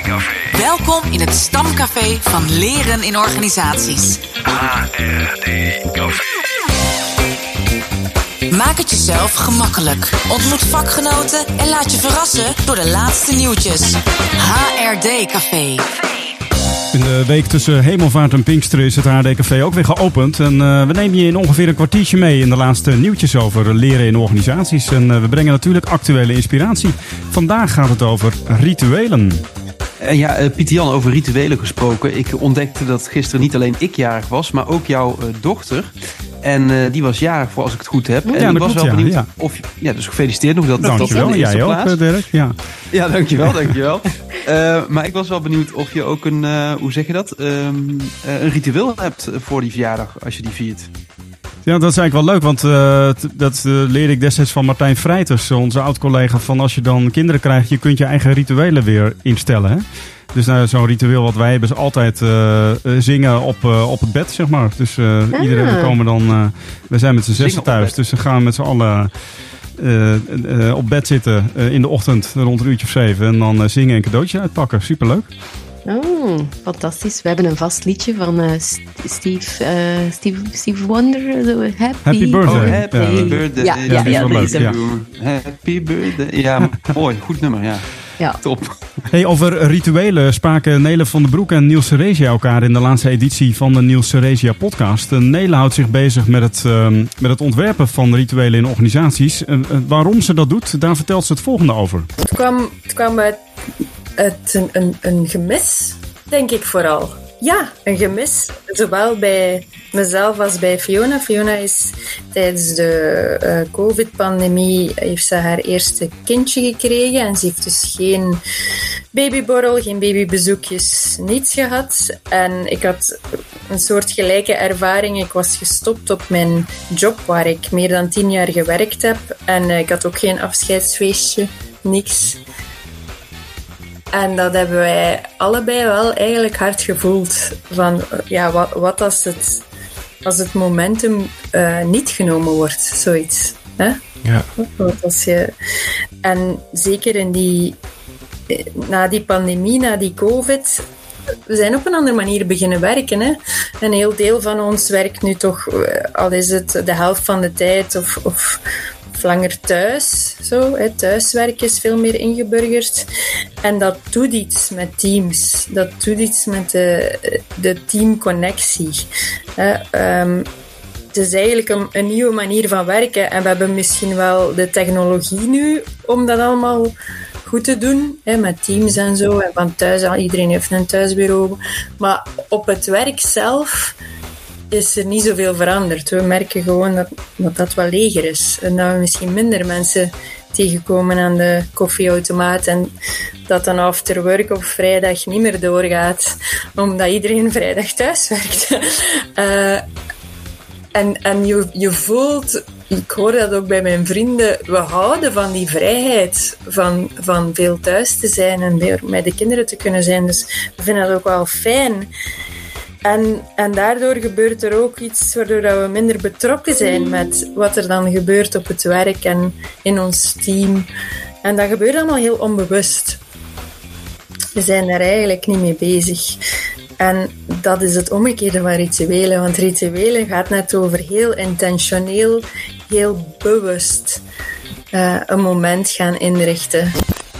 HRD-café. Welkom in het Stamcafé van Leren in Organisaties. HRD-café. Maak het jezelf gemakkelijk. Ontmoet vakgenoten en laat je verrassen door de laatste nieuwtjes. HRD-café. In de week tussen Hemelvaart en Pinksteren is het HRD-café ook weer geopend. En we nemen je in ongeveer een kwartiertje mee in de laatste nieuwtjes over leren in organisaties. En we brengen natuurlijk actuele inspiratie. Vandaag gaat het over rituelen. Pieter-Jan, over rituelen gesproken. Ik ontdekte dat gisteren niet alleen ik jarig was, maar ook jouw dochter. En die was jarig, voor als ik het goed heb. En ik was wel benieuwd of je... Ja, dus gefeliciteerd nog. Dankjewel, jij ook, Dirk. Ja, dankjewel. Maar ik was wel benieuwd of je ook een ritueel hebt voor die verjaardag, als je die viert. Ja, dat is eigenlijk wel leuk, want dat leerde ik destijds van Martijn Vrijters, onze oud-collega, van als je dan kinderen krijgt, je kunt je eigen rituelen weer instellen, hè? Dus zo'n ritueel wat wij hebben is altijd zingen op het bed, zeg maar. Dus we komen dan... we zijn met z'n zessen thuis, dus we gaan met z'n allen op bed zitten in de ochtend rond een uurtje of 7. En dan zingen en cadeautje uitpakken. Superleuk. Oh, fantastisch. We hebben een vast liedje van Steve Wonder. Happy Birthday. Oh, happy birthday. Happy birthday. Ja, mooi. Goed nummer, ja. Ja. Top. Hey, over rituelen spraken Nele van den Broek en Niels Seresia elkaar in de laatste editie van de Niels Seresia podcast. Nele houdt zich bezig met het ontwerpen van rituelen in organisaties. Waarom ze dat doet, daar vertelt ze het volgende over. Het kwam uit een gemis, denk ik vooral. Ja, een gemis. Zowel bij mezelf als bij Fiona. Fiona is tijdens de COVID-pandemie heeft ze haar eerste kindje gekregen. En ze heeft dus geen babyborrel, geen babybezoekjes, niets gehad. En ik had een soort gelijke ervaring. Ik was gestopt op mijn job waar ik meer dan 10 jaar gewerkt heb. En ik had ook geen afscheidsfeestje, niks. En dat hebben wij allebei wel eigenlijk hard gevoeld. Van, ja, wat als het momentum niet genomen wordt, zoiets. Hè? Ja. En zeker na die pandemie, na die COVID, we zijn op een andere manier beginnen werken. Hè? Een heel deel van ons werkt nu toch, al is het de helft van de tijd of langer thuis. Thuiswerk is veel meer ingeburgerd. En dat doet iets met teams. Dat doet iets met de teamconnectie. Het is eigenlijk een nieuwe manier van werken. En we hebben misschien wel de technologie nu om dat allemaal goed te doen. Met teams en zo. En van thuis, iedereen heeft een thuisbureau. Maar op het werk zelf is er niet zoveel veranderd. We merken gewoon dat wel leger is. En dat we misschien minder mensen tegenkomen aan de koffieautomaat. En dat dan after work op vrijdag niet meer doorgaat. Omdat iedereen vrijdag thuis werkt. En je voelt... Ik hoor dat ook bij mijn vrienden. We houden van die vrijheid. Van veel thuis te zijn. En weer met de kinderen te kunnen zijn. Dus we vinden dat ook wel fijn. En daardoor gebeurt er ook iets waardoor we minder betrokken zijn met wat er dan gebeurt op het werk en in ons team. En dat gebeurt allemaal heel onbewust. We zijn daar eigenlijk niet mee bezig. En dat is het omgekeerde van rituelen. Want rituelen gaat net over heel intentioneel, heel bewust een moment gaan inrichten.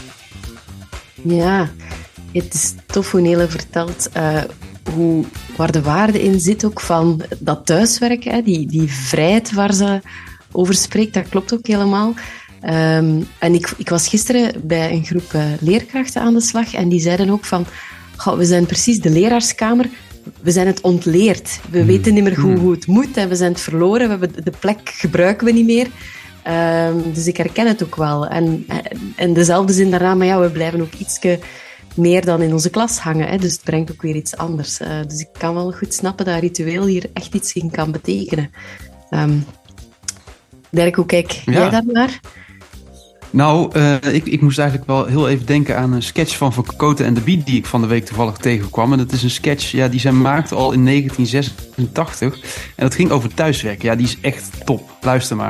Ja, het is tof hoe Nele vertelt... waar de waarde in zit ook van dat thuiswerken, hè, die vrijheid waar ze over spreekt, dat klopt ook helemaal. En ik was gisteren bij een groep leerkrachten aan de slag en die zeiden ook van, we zijn precies de leraarskamer, we zijn het ontleerd. We weten niet meer hoe het moet en we zijn het verloren, de plek gebruiken we niet meer. Dus ik herken het ook wel. En dezelfde zin daarna, maar ja, we blijven ook ietske meer dan in onze klas hangen. Hè? Dus het brengt ook weer iets anders. Dus ik kan wel goed snappen dat ritueel hier echt iets in kan betekenen. Dirk, hoe kijk jij daar naar? Nou, ik moest eigenlijk wel heel even denken aan een sketch van Cote en de Biet die ik van de week toevallig tegenkwam. En dat is een sketch die zij maakte al in 1986. En dat ging over thuiswerken. Ja, die is echt top. Luister maar.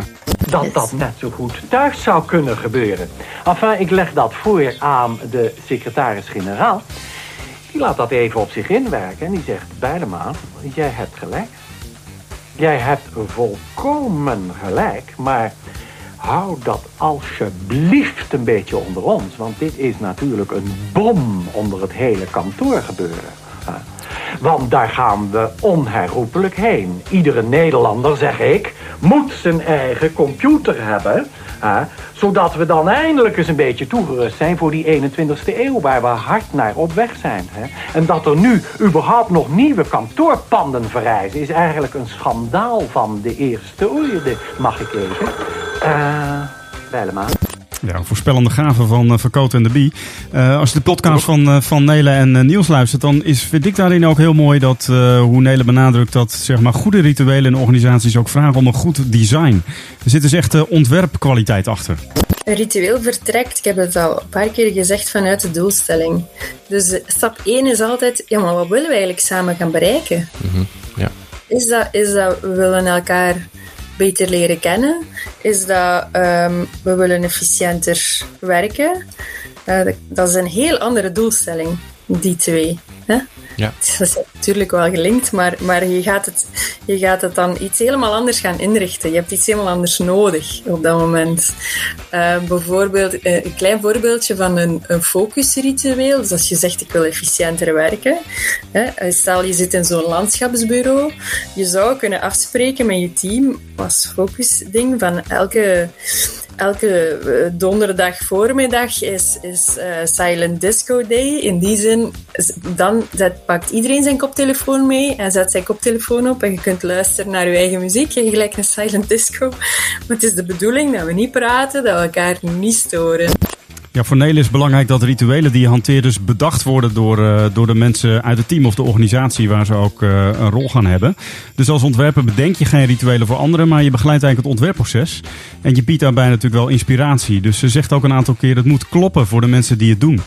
dat net zo goed thuis zou kunnen gebeuren. Enfin, ik leg dat voor aan de secretaris-generaal. Die laat dat even op zich inwerken en die zegt, Bijlema, jij hebt gelijk. Jij hebt volkomen gelijk, maar hou dat alsjeblieft een beetje onder ons. Want dit is natuurlijk een bom onder het hele kantoor gebeuren. Want daar gaan we onherroepelijk heen. Iedere Nederlander, zeg ik, moet zijn eigen computer hebben. Zodat we dan eindelijk eens een beetje toegerust zijn voor die 21ste eeuw waar we hard naar op weg zijn. En dat er nu überhaupt nog nieuwe kantoorpanden verrijzen is eigenlijk een schandaal van de eerste orde, mag ik even. Bijlema. Ja, voorspellende gave van Cote en de Bie. Als je de podcast van Nele en Niels luistert, dan vind ik daarin ook heel mooi dat hoe Nele benadrukt dat zeg maar goede rituelen en organisaties ook vragen om een goed design. Er zit dus echt ontwerpkwaliteit achter. Een ritueel vertrekt, ik heb het al een paar keer gezegd, vanuit de doelstelling. Dus stap 1 is altijd, ja, maar wat willen we eigenlijk samen gaan bereiken? Mm-hmm. Ja. Is dat we willen elkaar beter leren kennen? Is dat we willen efficiënter werken? Dat is een heel andere doelstelling, die twee. Hè? Ja. Dat is natuurlijk wel gelinkt, maar je gaat het dan iets helemaal anders gaan inrichten. Je hebt iets helemaal anders nodig op dat moment. Bijvoorbeeld, een klein voorbeeldje van een focusritueel. Dus als je zegt, ik wil efficiënter werken. Stel, je zit in zo'n landschapsbureau. Je zou kunnen afspreken met je team als focusding van elke donderdag voormiddag is Silent Disco Day. In die zin, dan pakt iedereen zijn koptelefoon mee en zet zijn koptelefoon op en je kunt luisteren naar je eigen muziek. En gelijk een Silent Disco. Maar het is de bedoeling dat we niet praten, dat we elkaar niet storen. Ja, voor Nele is het belangrijk dat rituelen die je hanteert dus bedacht worden door de mensen uit het team of de organisatie waar ze ook een rol gaan hebben. Dus als ontwerper bedenk je geen rituelen voor anderen, maar je begeleidt eigenlijk het ontwerpproces. En je biedt daarbij natuurlijk wel inspiratie. Dus ze zegt ook een aantal keer, het moet kloppen voor de mensen die het doen.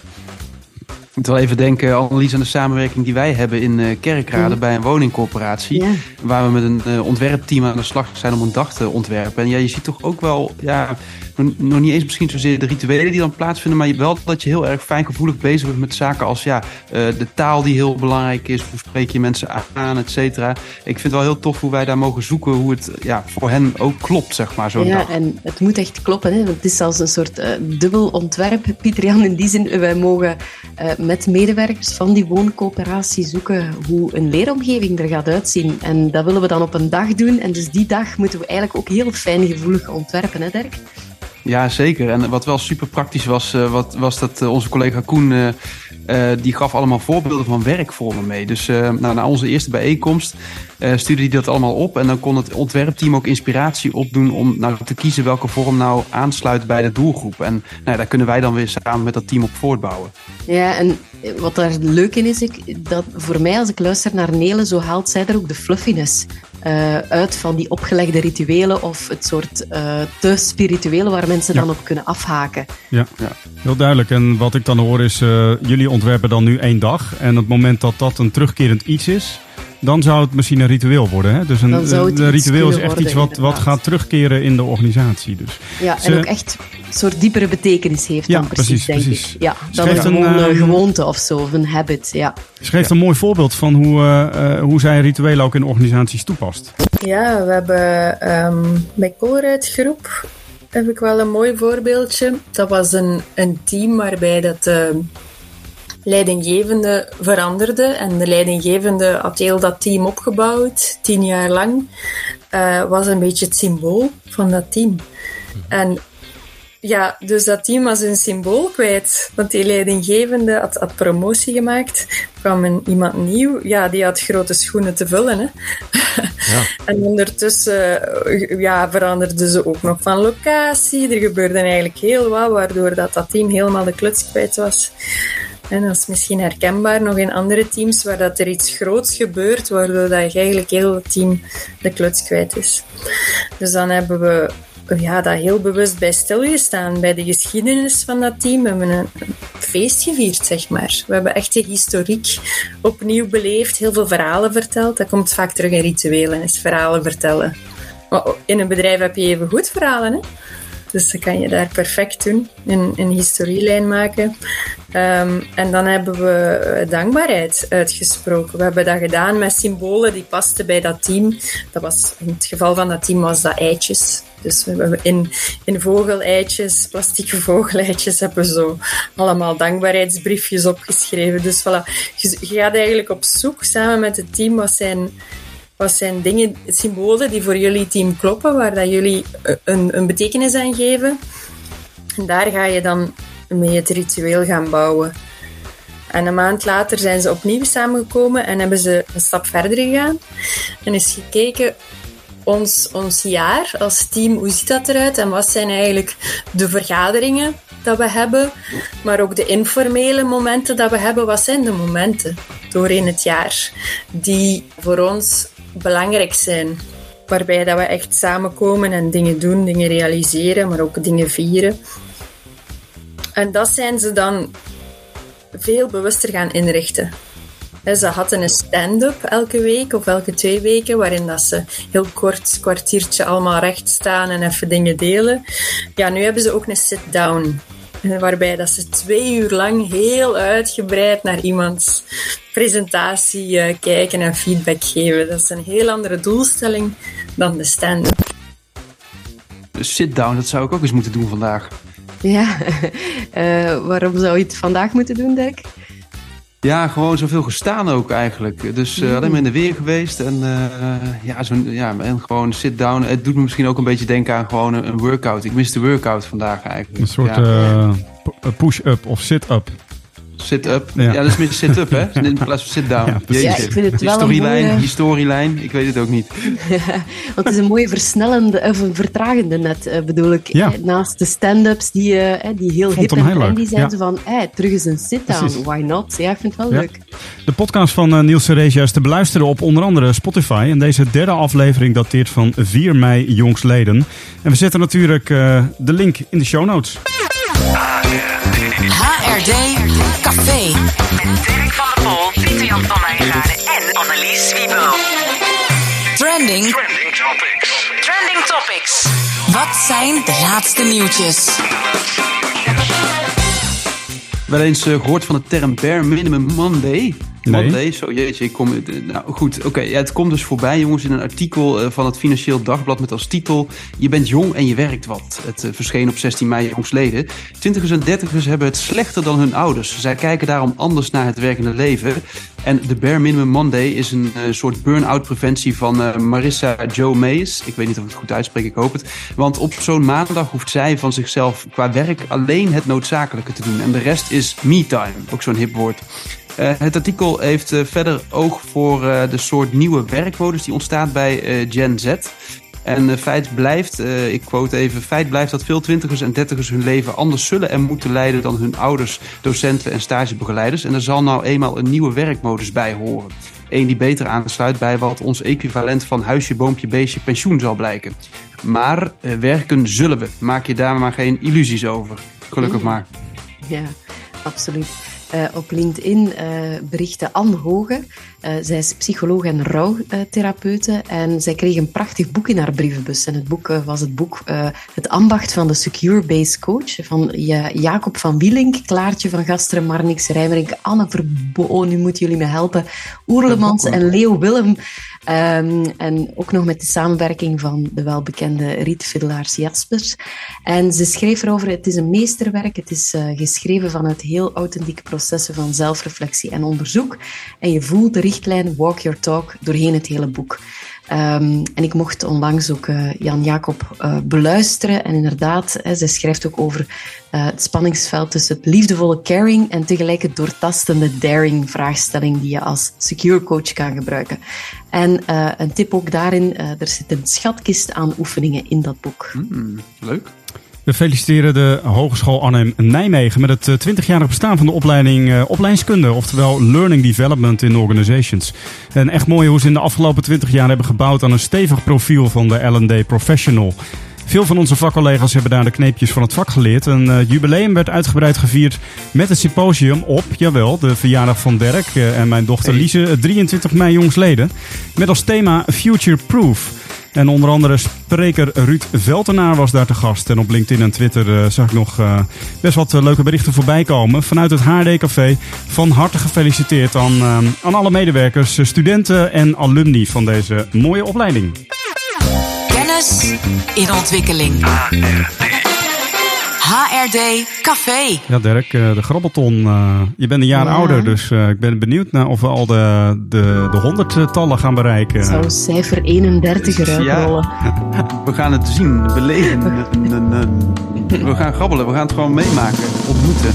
Ik moet wel even denken, Annelies, aan de samenwerking die wij hebben in Kerkrade bij een woningcorporatie. Ja. Waar we met een ontwerpteam aan de slag zijn om een dag te ontwerpen. En ja, je ziet toch ook wel, ja, nog niet eens misschien zozeer de rituelen die dan plaatsvinden, maar wel dat je heel erg fijngevoelig bezig bent met zaken als de taal die heel belangrijk is. Hoe spreek je mensen aan, et cetera. Ik vind het wel heel tof hoe wij daar mogen zoeken hoe het voor hen ook klopt, zeg maar, zo'n dag. Ja, en het moet echt kloppen, hè? Want het is als een soort dubbel ontwerp, Pieter-Jan, in die zin. Wij mogen met medewerkers van die wooncoöperatie zoeken hoe een leeromgeving er gaat uitzien. En dat willen we dan op een dag doen. En dus die dag moeten we eigenlijk ook heel fijngevoelig ontwerpen, hè Dirk? Ja, zeker. En wat wel super praktisch was dat onze collega Koen, die gaf allemaal voorbeelden van werkvormen mee. Dus na onze eerste bijeenkomst stuurde hij dat allemaal op. En dan kon het ontwerpteam ook inspiratie opdoen om te kiezen welke vorm nou aansluit bij de doelgroep. En daar kunnen wij dan weer samen met dat team op voortbouwen. Ja, en wat daar leuk in is, dat voor mij als ik luister naar Nele, zo haalt zij er ook de fluffiness uit van die opgelegde rituelen of het soort te spirituele waar mensen dan op kunnen afhaken. Ja, heel duidelijk. En wat ik dan hoor is, jullie ontwerpen dan nu 1 dag. En op het moment dat dat een terugkerend iets is, dan zou het misschien een ritueel worden. Hè? Dus een ritueel is echt iets wat gaat terugkeren in de organisatie. Dus en ook echt een soort diepere betekenis heeft dan precies, denk ik. Ja, dan een gewoonte of zo, of een habit. Ja. Ze geeft een mooi voorbeeld van hoe zij rituelen ook in organisaties toepast. Ja, we hebben bij Colruyt Groep heb ik wel een mooi voorbeeldje. Dat was een team waarbij dat leidinggevende veranderde. En de leidinggevende had heel dat team opgebouwd, 10 jaar lang. Was een beetje het symbool van dat team. En ja, dus dat team was een symbool kwijt. Want die leidinggevende had promotie gemaakt. Er kwam iemand nieuw. Ja, die had grote schoenen te vullen. Hè. Ja. En ondertussen veranderden ze ook nog van locatie. Er gebeurde eigenlijk heel wat, waardoor dat team helemaal de kluts kwijt was. En dat is misschien herkenbaar nog in andere teams waar dat er iets groots gebeurt, waardoor dat eigenlijk heel het team de kluts kwijt is. Dus dan hebben we dat heel bewust bij stilgestaan, bij de geschiedenis van dat team. We hebben een feest gevierd, zeg maar. We hebben echt de historiek opnieuw beleefd, heel veel verhalen verteld. Dat komt vaak terug in rituelen, is verhalen vertellen. Maar in een bedrijf heb je even goed verhalen, hè? Dus dan kan je daar perfect doen, een historielijn maken. En dan hebben we dankbaarheid uitgesproken. We hebben dat gedaan met symbolen die pasten bij dat team. Dat was, in het geval van dat team was dat eitjes. Dus we hebben in vogeleitjes, plastieke vogeleitjes, hebben we zo allemaal dankbaarheidsbriefjes opgeschreven. Dus voilà, je gaat eigenlijk op zoek samen met het team wat zijn dingen, symbolen die voor jullie team kloppen, waar dat jullie een betekenis aan geven. En daar ga je dan mee het ritueel gaan bouwen. En een maand later zijn ze opnieuw samengekomen en hebben ze een stap verder gegaan. En is gekeken, ons jaar als team, hoe ziet dat eruit? En wat zijn eigenlijk de vergaderingen dat we hebben? Maar ook de informele momenten dat we hebben. Wat zijn de momenten doorheen het jaar die voor ons belangrijk zijn, waarbij dat we echt samenkomen en dingen doen, dingen realiseren, maar ook dingen vieren. En dat zijn ze dan veel bewuster gaan inrichten. Ze hadden een stand-up elke week of elke 2 weken, waarin dat ze heel kort, kwartiertje allemaal recht staan en even dingen delen. Ja, nu hebben ze ook een sit-down, waarbij dat ze 2 uur lang heel uitgebreid naar iemands presentatie kijken en feedback geven. Dat is een heel andere doelstelling dan de stand-up. Sit-down, dat zou ik ook eens moeten doen vandaag. Ja, waarom zou je het vandaag moeten doen, Dirk? Ja, gewoon zoveel gestaan ook eigenlijk. Dus alleen maar in de weer geweest en en gewoon sit-down. Het doet me misschien ook een beetje denken aan gewoon een workout. Ik mis de workout vandaag eigenlijk. Een soort push-up of sit-up. Sit-up. Ja, dat is meer sit-up, hè? In plaats van sit-down. Ja, ik vind het wel die storylijn, ik weet het ook niet. Ja, want het is een mooie versnellende, of een vertragende net, bedoel ik. Ja. Naast de stand-ups die heel hip en trendy zijn. Ja. Zo van, terug eens een sit-down, precies. Why not? Ja, ik vind het wel leuk. De podcast van Niels Serezia is te beluisteren op onder andere Spotify. En deze 3e aflevering dateert van 4 mei jongstleden. En we zetten natuurlijk de link in de show notes. HRD Café. Met Dirk van der Pol, Pieter-Jan van Wijngaarden en Annelies Wiebel. Trending Topics. Wat zijn de laatste nieuwtjes? Wel eens gehoord van de term Bare Minimum Monday? Nee. Monday, zo jeetje, nou goed, oké. Ja, het komt dus voorbij, jongens, in een artikel van het Financieel Dagblad met als titel: Je bent jong en je werkt wat. Het verscheen op 16 mei jongstleden. 20ers en 30ers hebben het slechter dan hun ouders. Zij kijken daarom anders naar het werkende leven. En de Bare Minimum Monday is een soort burn-out preventie van Marissa Jo Mays. Ik weet niet of ik het goed uitspreek, ik hoop het. Want op zo'n maandag hoeft zij van zichzelf qua werk alleen het noodzakelijke te doen. En de rest is me-time, ook zo'n hip woord. Het artikel heeft verder oog voor de soort nieuwe werkmodus die ontstaat bij Gen Z. En feit blijft, ik quote even, feit blijft dat veel 20ers en 30ers hun leven anders zullen en moeten leiden dan hun ouders, docenten en stagebegeleiders. En er zal nou eenmaal een nieuwe werkmodus bij horen. Eén die beter aansluit bij wat ons equivalent van huisje, boompje, beestje, pensioen zal blijken. Maar werken zullen we. Maak je daar maar geen illusies over. Gelukkig maar. Ja, absoluut. Op LinkedIn berichtte Anne Hoge. Zij is psycholoog en rouwtherapeute. En zij kreeg een prachtig boek in haar brievenbus. En het boek was het boek Het ambacht van de Secure Base Coach. Van Jacob van Wielink, Klaartje van Gasteren, Marnix Rijmerink, Anne Verboon, nu moeten jullie me helpen, Oerlemans en Leo Willem. En ook nog met de samenwerking van de welbekende Riet Fiddelaars Jaspers. En ze schreef erover, het is een meesterwerk. Het is geschreven vanuit heel authentieke processen van zelfreflectie en onderzoek. En je voelt de richtlijn Walk Your Talk doorheen het hele boek. En ik mocht onlangs ook Jan Jacob beluisteren. En inderdaad, zij schrijft ook over het spanningsveld tussen het liefdevolle caring en tegelijk het doortastende daring vraagstelling die je als secure coach kan gebruiken. En een tip ook daarin, er zit een schatkist aan oefeningen in dat boek. Leuk. We feliciteren de Hogeschool Arnhem-Nijmegen met het 20-jarig bestaan van de opleiding opleidingskunde, oftewel Learning Development in Organizations. En echt mooi hoe ze in de afgelopen 20 jaar hebben gebouwd aan een stevig profiel van de L&D Professional. Veel van onze vakcollega's hebben daar de kneepjes van het vak geleerd. Een jubileum werd uitgebreid gevierd met een symposium op, jawel, de verjaardag van Dirk en mijn dochter Liese, 23 mei jongstleden. Met als thema Future Proof. En onder andere spreker Ruud Veltenaar was daar te gast. En op LinkedIn en Twitter zag ik nog best wat leuke berichten voorbij komen. Vanuit het HRD Café van harte gefeliciteerd aan alle medewerkers, studenten en alumni van deze mooie opleiding. Kennis in ontwikkeling. HRD Café. Ja, Dirk, de Grabbelton. Je bent een jaar ouder, dus ik ben benieuwd naar of we al de 100-tallen gaan bereiken. Zou cijfer 31 eruit rollen. We gaan het zien, beleven. We gaan grabbelen, we gaan het gewoon meemaken, ontmoeten.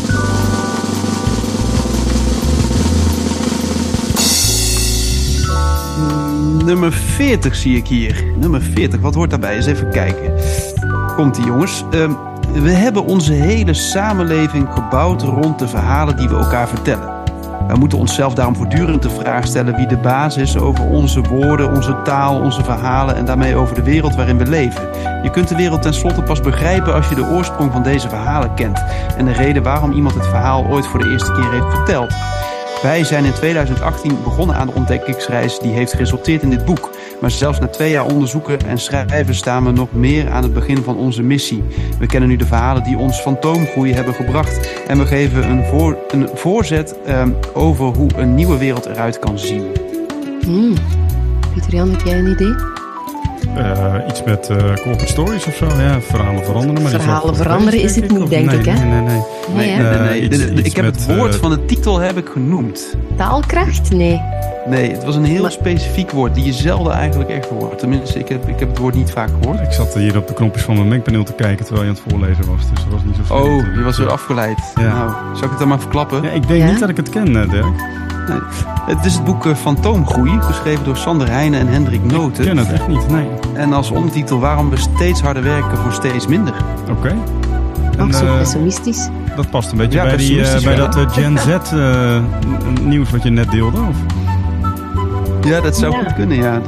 Nummer 40 zie ik hier. Nummer 40, wat hoort daarbij? Eens even kijken. Komt-ie, jongens. We hebben onze hele samenleving gebouwd rond de verhalen die we elkaar vertellen. We moeten onszelf daarom voortdurend de vraag stellen wie de baas is over onze woorden, onze taal, onze verhalen en daarmee over de wereld waarin we leven. Je kunt de wereld tenslotte pas begrijpen als je de oorsprong van deze verhalen kent en de reden waarom iemand het verhaal ooit voor de eerste keer heeft verteld. Wij zijn in 2018 begonnen aan de ontdekkingsreis die heeft geresulteerd in dit boek. Maar zelfs na 2 jaar onderzoeken en schrijven staan we nog meer aan het begin van onze missie. We kennen nu de verhalen die ons fantoomgroei hebben gebracht. En we geven een voorzet over hoe een nieuwe wereld eruit kan zien. Pieter-Jan, heb jij een idee? Iets met corporate stories of zo. Ja, verhalen veranderen. Maar verhalen veranderen is het niet, denk ik, hè? Nee. Ik heb het woord van de titel heb ik genoemd. Taalkracht? Nee. Nee, het was een heel specifiek woord die je zelden eigenlijk echt hoort. Tenminste, ik heb het woord niet vaak gehoord. Ik zat hier op de knopjes van mijn mengpaneel te kijken terwijl je aan het voorlezen was. Dus dat was niet zo slecht. Oh, je was weer afgeleid. Ja. Nou, zal ik het dan maar verklappen? Ja, ik denk niet dat ik het ken, Dirk. Nee. Het is het boek Fantoomgroei, geschreven door Sander Heijnen en Hendrik Noten. Ik ken het echt niet, nee. En als ondertitel waarom we steeds harder werken voor steeds minder. Oké. Ook zo pessimistisch. Dat past een beetje bij dat Gen Z nieuws wat je net deelde, of? Ja, dat zou goed kunnen, ja.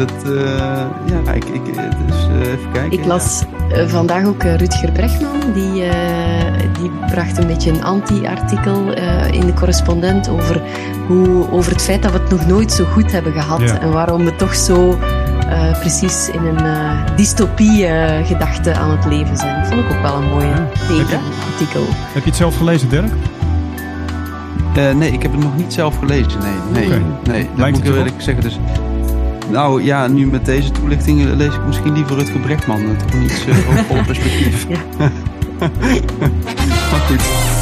Even kijken. Ik las vandaag ook Rutger Bregman. Die bracht een beetje een anti-artikel in de Correspondent over het feit dat we het nog nooit zo goed hebben gehad. Ja. En waarom we toch zo precies in een dystopie-gedachte aan het leven zijn. Dat vond ik ook wel een mooie artikel. Heb je het zelf gelezen, Dirk? Nee, ik heb het nog niet zelf gelezen. Nee, dat moet ik heel eerlijk zeggen. Dus, nou ja, nu met deze toelichting lees ik misschien liever Rutger Bregman. Toch niet vol perspectief. Maar goed.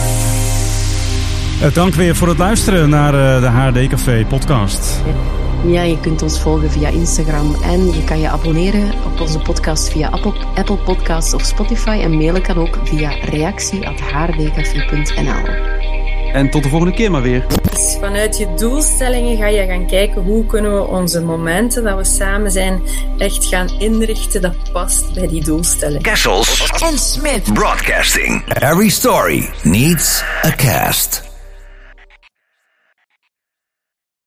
Dank weer voor het luisteren naar de HRD Café podcast. Ja, je kunt ons volgen via Instagram en je kan je abonneren op onze podcast via Apple Podcasts of Spotify. En mailen kan ook via reactie@hrdcafé.nl. En tot de volgende keer maar weer. Dus vanuit je doelstellingen ga je gaan kijken hoe kunnen we onze momenten dat we samen zijn echt gaan inrichten dat past bij die doelstelling. Kessels en Smit Broadcasting. Every story needs a cast.